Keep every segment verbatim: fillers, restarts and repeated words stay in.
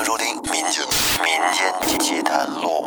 迎收听民间民间奇谈录。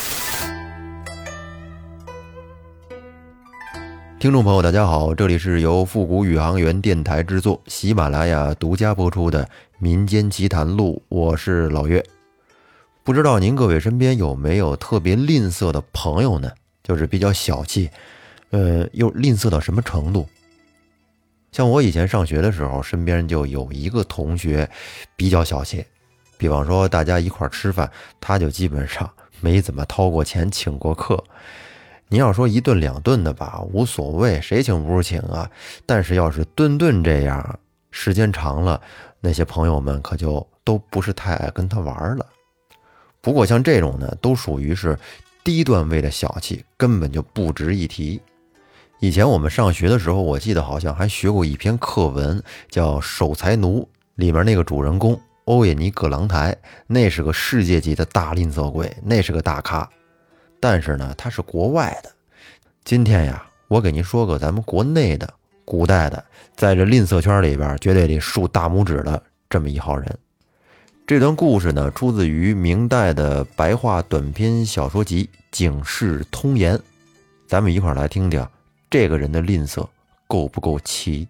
听众朋友大家好，这里是由复古宇航员电台制作，喜马拉雅独家播出的民间奇谈录，我是老岳。不知道您各位身边有没有特别吝啬的朋友呢？就是比较小气，呃，又吝啬到什么程度？像我以前上学的时候，身边就有一个同学比较小气，比方说大家一块吃饭，他就基本上没怎么掏过钱请过客。你要说一顿两顿的吧，无所谓，谁请不是请啊。但是要是顿顿这样，时间长了，那些朋友们可就都不是太爱跟他玩了。不过像这种呢，都属于是低段位的小气，根本就不值一提。以前我们上学的时候，我记得好像还学过一篇课文，叫《守财奴》，里面那个主人公欧也尼·葛朗台，那是个世界级的大吝啬鬼，那是个大咖。但是呢，他是国外的。今天呀，我给您说个咱们国内的古代的，在这吝啬圈里边绝对得竖大拇指的这么一号人。这段故事呢，出自于明代的白话短篇小说集《警世通言》，咱们一块儿来听听这个人的吝啬够不够奇。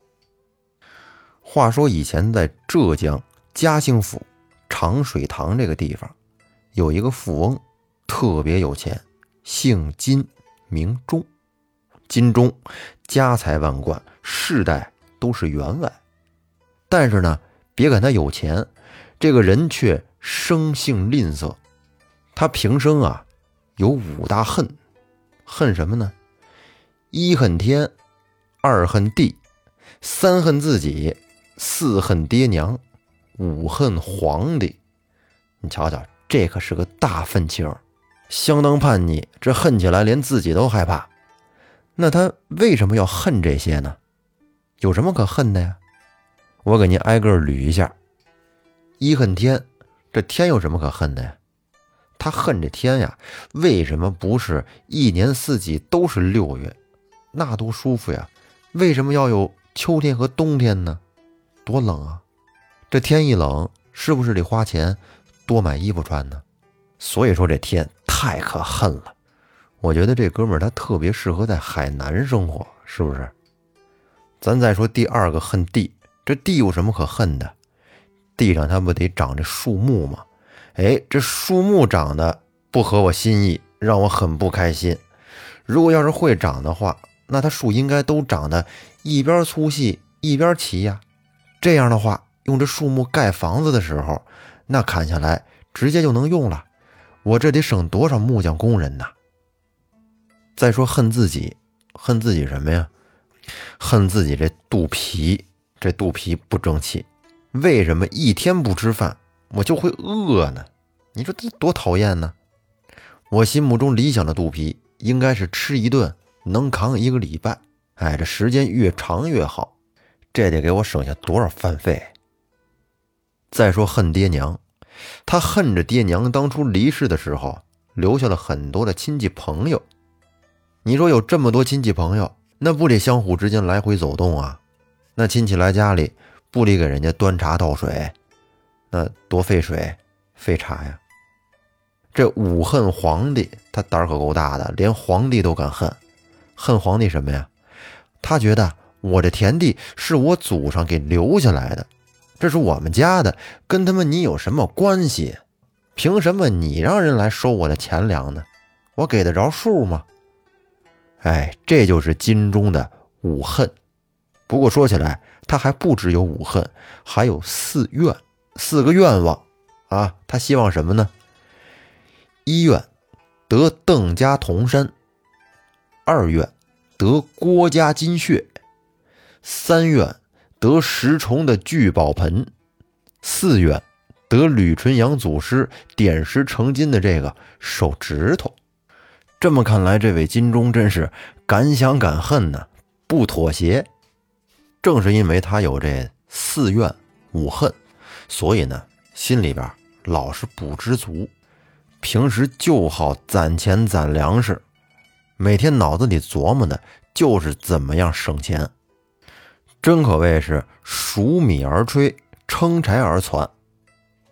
话说以前在浙江嘉兴府长水塘这个地方，有一个富翁，特别有钱，姓金名钟。金钟家财万贯，世代都是员外。但是呢，别看他有钱，这个人却生性吝啬。他平生啊有五大恨。恨什么呢？一恨天，二恨地，三恨自己，四恨爹娘，五恨皇帝。你瞧瞧，这可是个大愤青，相当叛逆，这恨起来连自己都害怕。那他为什么要恨这些呢？有什么可恨的呀？我给您挨个捋一下。一恨天，这天有什么可恨的呀？他恨这天呀，为什么不是一年四季都是六月？那多舒服呀，为什么要有秋天和冬天呢？多冷啊！这天一冷，是不是得花钱多买衣服穿呢？所以说这天太可恨了。我觉得这哥们儿他特别适合在海南生活，是不是？咱再说第二个恨地，这地有什么可恨的？地上它不得长这树木吗？哎，这树木长得不合我心意，让我很不开心。如果要是会长的话，那它树应该都长得一边粗细一边齐呀。这样的话，用这树木盖房子的时候，那砍下来直接就能用了，我这得省多少木匠工人呢？再说恨自己，恨自己什么呀？恨自己这肚皮，这肚皮不争气。为什么一天不吃饭我就会饿呢？你说这多讨厌呢？我心目中理想的肚皮应该是吃一顿能扛一个礼拜，哎，这时间越长越好，这得给我省下多少饭费。再说恨爹娘，他恨着爹娘当初离世的时候留下了很多的亲戚朋友。你说有这么多亲戚朋友，那不得相互之间来回走动啊？那亲戚来家里不得给人家端茶倒水，那多费水费茶呀。这五恨皇帝，他胆儿可够大的，连皇帝都敢恨。恨皇帝什么呀？他觉得我这田地是我祖上给留下来的，这是我们家的，跟他们你有什么关系？凭什么你让人来收我的钱粮呢？我给得着数吗？哎，这就是金钟的五恨。不过说起来，他还不只有五恨，还有四愿，四个愿望啊。他希望什么呢？一愿得邓家铜山，二愿得郭家金穴，三愿得石崇的聚宝盆，四愿得吕纯阳祖师点石成金的这个手指头。这么看来，这位金钟真是敢想敢恨呢，不妥协。正是因为他有这四愿五恨，所以呢，心里边老是不知足，平时就好攒钱攒粮食，每天脑子里琢磨的就是怎么样省钱。真可谓是数米而炊，撑柴而攒。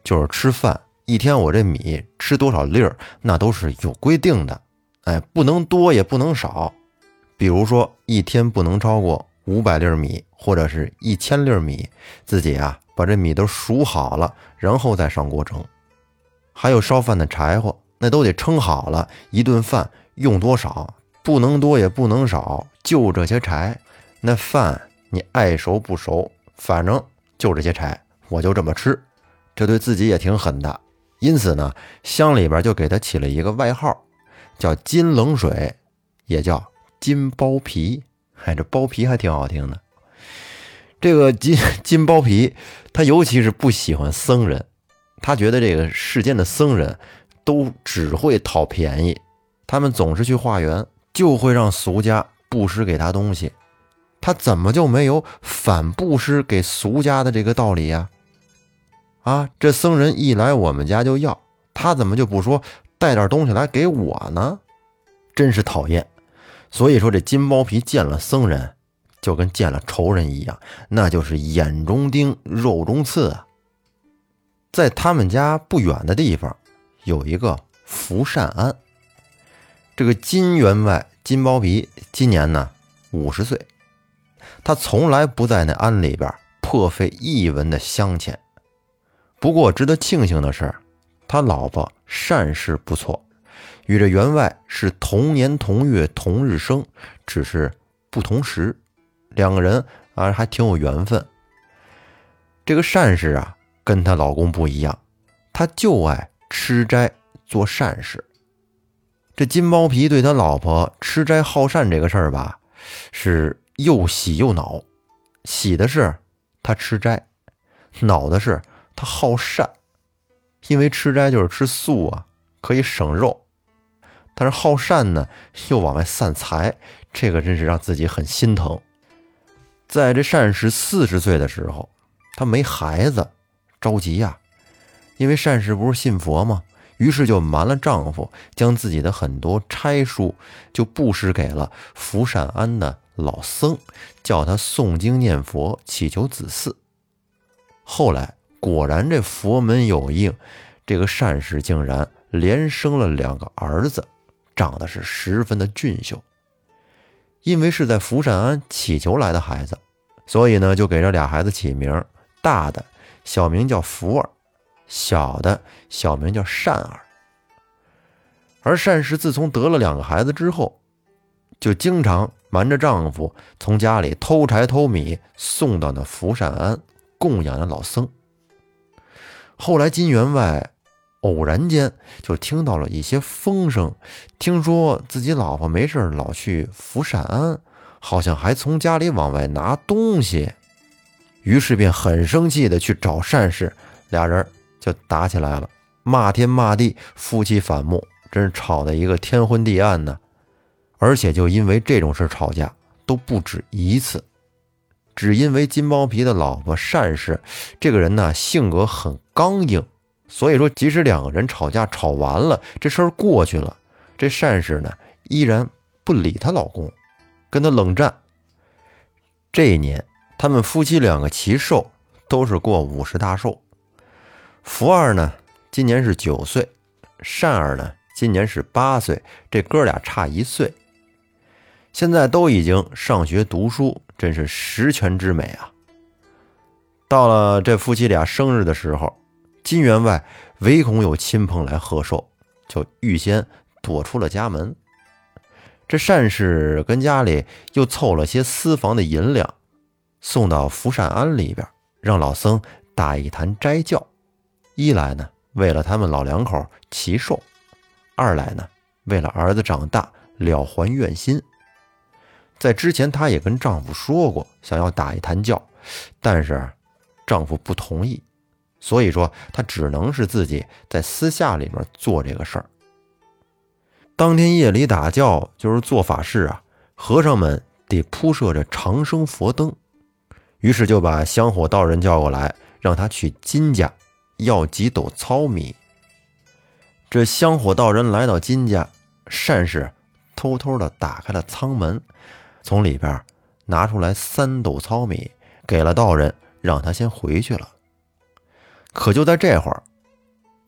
就是吃饭，一天我这米吃多少粒儿，那都是有规定的，哎，不能多也不能少。比如说一天不能超过五百粒米，或者是一千粒米，自己啊把这米都数好了，然后再上锅蒸。还有烧饭的柴火，那都得称好了，一顿饭用多少，不能多也不能少，就这些柴。那饭你爱熟不熟，反正就这些柴，我就这么吃。这对自己也挺狠的，因此呢，乡里边就给他起了一个外号，叫金冷水，也叫金包皮。哎，这包皮还挺好听的。这个金金包皮，他尤其是不喜欢僧人，他觉得这个世间的僧人都只会讨便宜，他们总是去化缘，就会让俗家布施给他东西，他怎么就没有反布施给俗家的这个道理呀？啊，这僧人一来我们家就要，他怎么就不说带点东西来给我呢？真是讨厌。所以说这金包皮见了僧人就跟见了仇人一样，那就是眼中钉肉中刺啊。在他们家不远的地方有一个福善庵，这个金员外金包皮今年呢五十岁，他从来不在那庵里边破费一文的香钱。不过值得庆幸的是，他老婆善事不错，与这员外是同年同月同日生，只是不同时，两个人啊还挺有缘分。这个善事啊跟她老公不一样，她就爱吃斋做善事。这金包皮对他老婆吃斋好善这个事儿吧，是又喜又恼。喜的是他吃斋，恼的是他好善，因为吃斋就是吃素啊，可以省肉。但是好善呢，又往外散财，这个真是让自己很心疼。在这善氏四十岁的时候，他没孩子，着急呀、啊，因为善氏不是信佛吗？于是就瞒了丈夫，将自己的很多差书就布施给了福善庵的老僧，叫他诵经念佛，祈求子嗣。后来果然这佛门有应，这个善氏竟然连生了两个儿子，长得是十分的俊秀。因为是在福善庵祈求来的孩子，所以呢就给这俩孩子起名，大的小名叫福儿，小的小名叫善儿。而善氏自从得了两个孩子之后，就经常瞒着丈夫从家里偷柴偷米送到那福善庵供养的老僧。后来金员外偶然间就听到了一些风声，听说自己老婆没事老去福善庵，好像还从家里往外拿东西，于是便很生气的去找善氏，俩人就打起来了，骂天骂地，夫妻反目，真是吵得一个天昏地暗呢。而且就因为这种事吵架都不止一次，只因为金包皮的老婆善氏这个人呢性格很刚硬，所以说即使两个人吵架吵完了，这事儿过去了，这善氏呢依然不理她老公，跟他冷战。这一年他们夫妻两个齐寿，都是过五十大寿。福二呢今年是九岁，善儿呢今年是八岁，这哥俩差一岁，现在都已经上学读书，真是十全之美啊。到了这夫妻俩生日的时候，金员外唯恐有亲朋来贺寿，就预先躲出了家门。这善氏跟家里又凑了些私房的银两，送到福善庵里边，让老僧打一坛斋教。一来呢为了他们老两口祈寿，二来呢为了儿子长大了还愿心。在之前她也跟丈夫说过想要打一坛教，但是丈夫不同意，所以说她只能是自己在私下里面做这个事儿。当天夜里打教就是做法事啊，和尚们得铺设着长生佛灯，于是就把香火道人叫过来，让他去金家要几斗糙米。这香火道人来到金家，善氏偷偷的打开了舱门，从里边拿出来三斗糙米，给了道人，让他先回去了。可就在这会儿，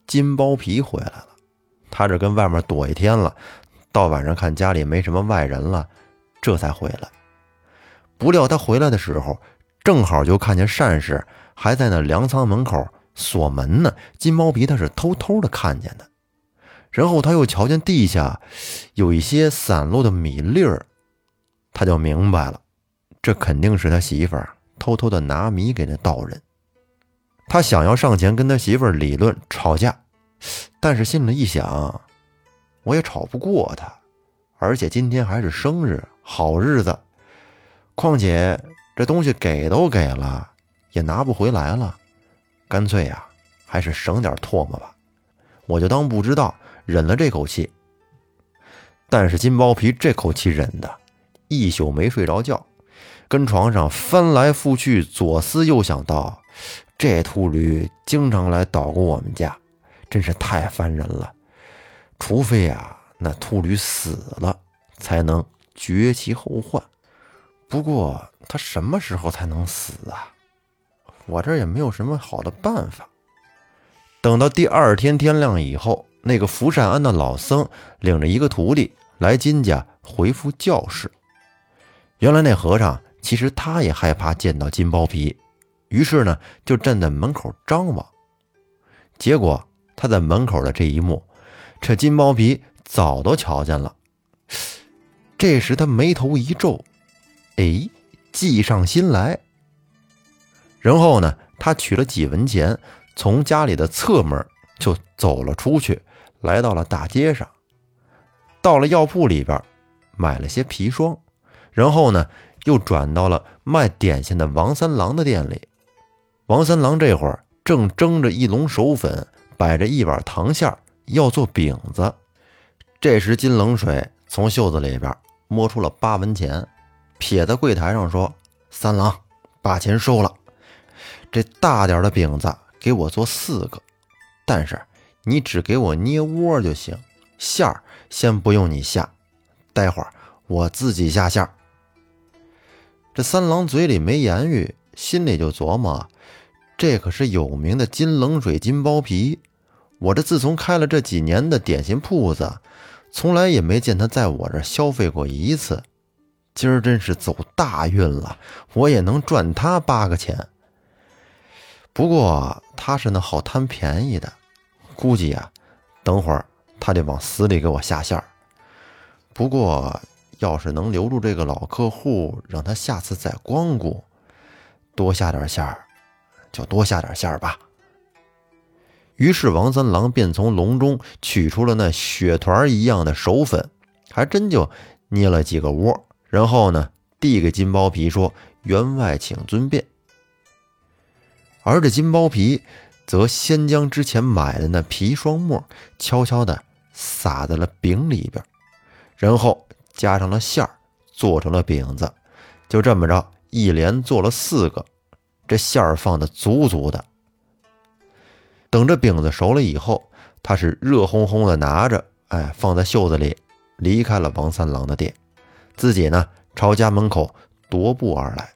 金包皮回来了。他这跟外面躲一天了，到晚上看家里没什么外人了，这才回来。不料他回来的时候，正好就看见单氏还在那粮仓门口锁门呢。金包皮他是偷偷的看见的。然后他又瞧见地下有一些散落的米粒儿，他就明白了，这肯定是他媳妇儿偷偷的拿米给那道人。他想要上前跟他媳妇儿理论吵架，但是心里一想，我也吵不过他，而且今天还是生日好日子，况且这东西给都给了，也拿不回来了，干脆呀、啊，还是省点唾沫吧，我就当不知道，忍了这口气。但是金包皮这口气忍的一宿没睡着觉，跟床上翻来覆去，左思右想到，这秃驴经常来捣鼓我们家，真是太烦人了。除非啊，那秃驴死了，才能绝其后患。不过他什么时候才能死啊？我这也没有什么好的办法。等到第二天天亮以后，那个福善庵的老僧领着一个徒弟来金家回复教示。原来那和尚其实他也害怕见到金包皮，于是呢就站在门口张望。结果他在门口的这一幕，这金包皮早都瞧见了。这时他眉头一皱，哎，计上心来。然后呢，他取了几文钱，从家里的侧门就走了出去，来到了大街上。到了药铺里边，买了些砒霜，然后呢，又转到了卖点心的王三郎的店里。王三郎这会儿正蒸着一笼手粉，摆着一碗糖馅儿，要做饼子。这时金冷水从袖子里边摸出了八文钱，撇在柜台上说：“三郎，把钱收了。这大点的饼子给我做四个，但是你只给我捏窝就行，馅儿先不用你下，待会儿我自己下馅儿。”这三郎嘴里没言语，心里就琢磨，这可是有名的金冷水金包皮，我这自从开了这几年的点心铺子，从来也没见他在我这消费过一次，今儿真是走大运了，我也能赚他八个钱。不过他是那好贪便宜的，估计啊，等会儿他得往死里给我下馅儿。不过要是能留住这个老客户，让他下次再光顾，多下点馅儿就多下点馅儿吧。于是王三郎便从笼中取出了那雪团一样的手粉，还真就捏了几个窝，然后呢递给金包皮说：“员外请尊便。”而这金包皮则先将之前买的那砒霜沫悄悄地撒在了饼里边，然后加上了馅儿，做成了饼子。就这么着一连做了四个，这馅儿放得足足的。等这饼子熟了以后，他是热烘烘的拿着，哎，放在袖子里，离开了王三郎的店，自己呢朝家门口踱步而来。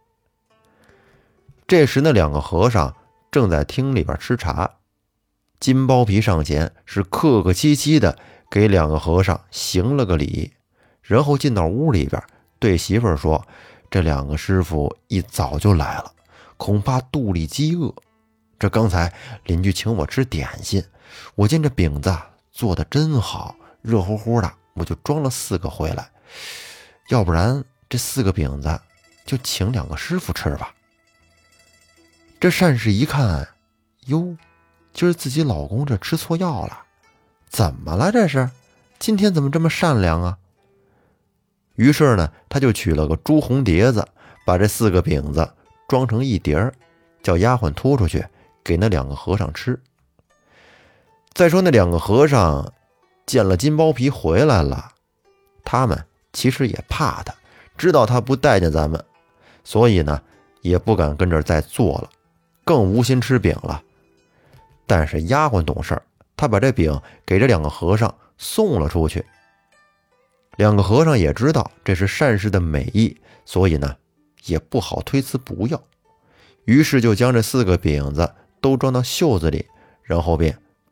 这时那两个和尚正在厅里边吃茶，金包皮上前是客客气气的给两个和尚行了个礼，然后进到屋里边对媳妇儿说：“这两个师傅一早就来了，恐怕肚里饥饿。这刚才邻居请我吃点心，我见这饼子做的真好，热乎乎的，我就装了四个回来。要不然这四个饼子就请两个师傅吃吧。”这善氏一看，哟，今儿自己老公这吃错药了，怎么了这是？今天怎么这么善良啊？于是呢，他就取了个朱红碟子，把这四个饼子装成一碟儿，叫丫鬟拖出去给那两个和尚吃。再说那两个和尚见了金包皮回来了，他们其实也怕他，知道他不待见咱们，所以呢也不敢跟这儿再做了，更无心吃饼了。但是丫鬟懂事，她把这饼给这两个和尚送了出去。两个和尚也知道这是善事的美意，所以呢也不好推辞不要，于是就将这四个饼子都装到袖子里，然后便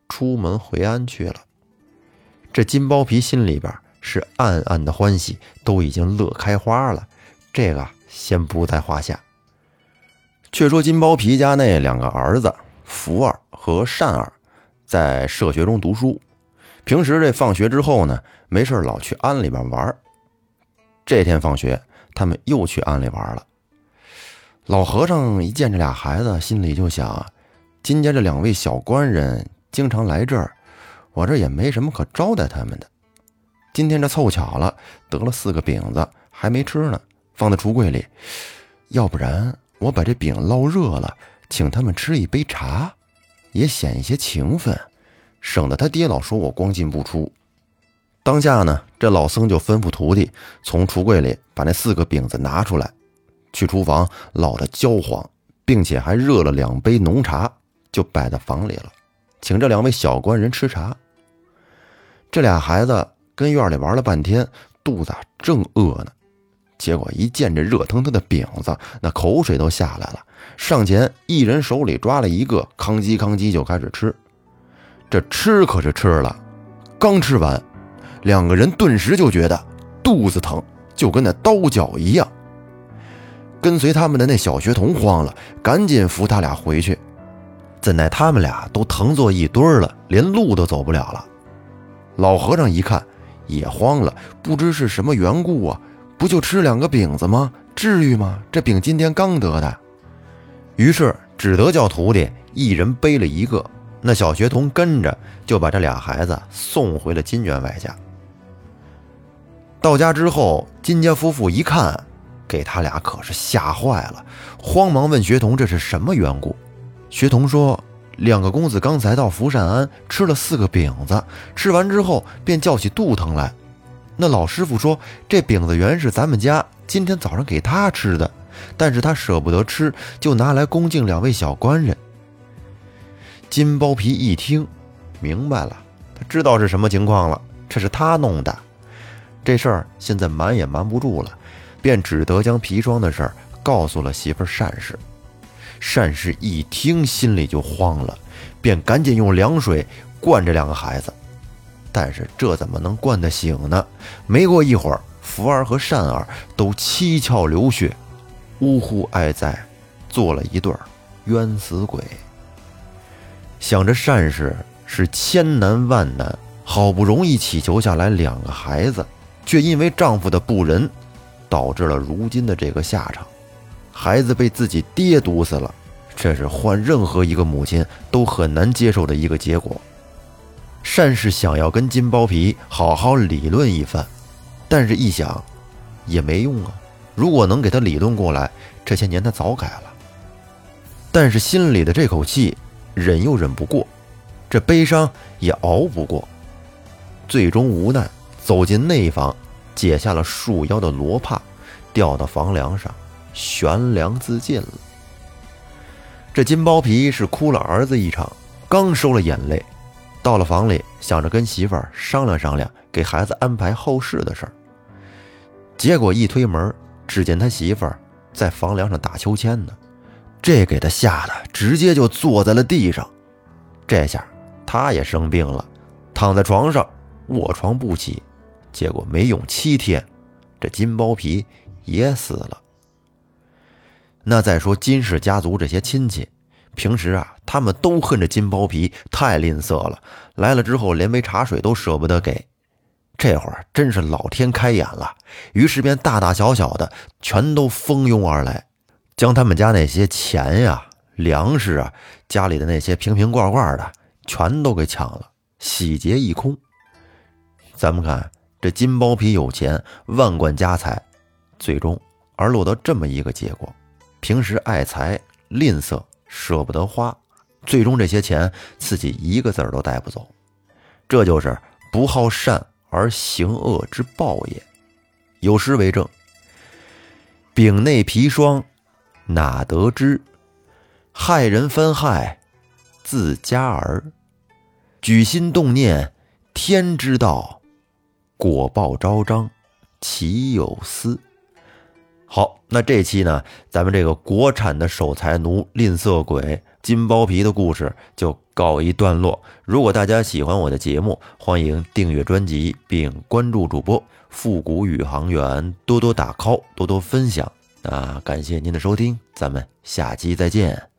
出门回安去了。这金包皮心里边是暗暗的欢喜，都已经乐开花了，这个先不在话下。却说金包皮家那两个儿子福儿和善儿在社学中读书，平时这放学之后呢，没事老去庵里边玩。这天放学，他们又去庵里玩了。老和尚一见这俩孩子，心里就想，今天这两位小官人经常来这儿，我这也没什么可招待他们的。今天这凑巧了，得了四个饼子还没吃呢，放在橱柜里，要不然我把这饼捞热了，请他们吃一杯茶，也显一些情分，省得他爹老说我光进不出。当下呢，这老僧就吩咐徒弟从橱柜里把那四个饼子拿出来，去厨房烙得焦黄，并且还热了两杯浓茶，就摆在房里了，请这两位小官人吃茶。这俩孩子跟院里玩了半天，肚子正饿呢，结果一见这热腾腾的饼子，那口水都下来了，上前一人手里抓了一个，吭叽吭叽就开始吃。这吃可是吃了，刚吃完，两个人顿时就觉得肚子疼，就跟那刀绞一样。跟随他们的那小学童慌了，赶紧扶他俩回去。怎奈他们俩都疼作一堆了，连路都走不了了。老和尚一看也慌了，不知是什么缘故啊，不就吃两个饼子吗？至于吗？这饼今天刚得的。于是只得叫徒弟一人背了一个，那小学童跟着就把这俩孩子送回了金员外家。到家之后，金家夫妇一看，给他俩可是吓坏了，慌忙问学童这是什么缘故。学童说，两个公子刚才到福善庵吃了四个饼子，吃完之后便叫起肚疼来。那老师傅说，这饼子原是咱们家今天早上给他吃的，但是他舍不得吃，就拿来恭敬两位小官人。金包皮一听明白了，他知道是什么情况了，这是他弄的。这事儿现在瞒也瞒不住了，便只得将砒霜的事儿告诉了媳妇单氏。单氏一听心里就慌了，便赶紧用凉水灌这两个孩子。但是这怎么能灌得醒呢？没过一会儿，福儿和善儿都七窍流血，呜呼哀哉，做了一对冤死鬼。想着单氏是千难万难，好不容易祈求下来两个孩子，却因为丈夫的不仁，导致了如今的这个下场。孩子被自己爹毒死了，这是换任何一个母亲都很难接受的一个结果。单氏想要跟金包皮好好理论一番，但是一想也没用啊，如果能给他理论过来，这些年他早改了。但是心里的这口气忍又忍不过，这悲伤也熬不过，最终无奈走进内房，解下了束腰的罗帕，吊到房梁上，悬梁自尽了。这金包皮是哭了儿子一场，刚收了眼泪，到了房里，想着跟媳妇儿商量商量，给孩子安排后事的事儿。结果一推门，只见他媳妇儿在房梁上打秋千呢，这给他吓得直接就坐在了地上。这下他也生病了，躺在床上卧床不起，结果没用七天，这金包皮也死了。那再说金氏家族这些亲戚，平时啊，他们都恨着金包皮太吝啬了，来了之后连杯茶水都舍不得给。这会儿真是老天开眼了，于是便大大小小的全都蜂拥而来，将他们家那些钱呀、粮食啊，家里的那些瓶瓶罐罐的全都给抢了，洗劫一空。咱们看这金包皮有钱，万贯家财，最终而落到这么一个结果。平时爱财吝啬，舍不得花，最终这些钱自己一个子儿都带不走。这就是不好善而行恶之报也。有诗为证：饼内砒霜哪得知，害人分害自家儿。举心动念天知道，果报昭彰岂有私。好，那这期呢，咱们这个国产的守财奴吝啬鬼金包皮的故事就告一段落。如果大家喜欢我的节目，欢迎订阅专辑并关注主播复古宇航员，多多打 call， 多多分享。那感谢您的收听，咱们下期再见。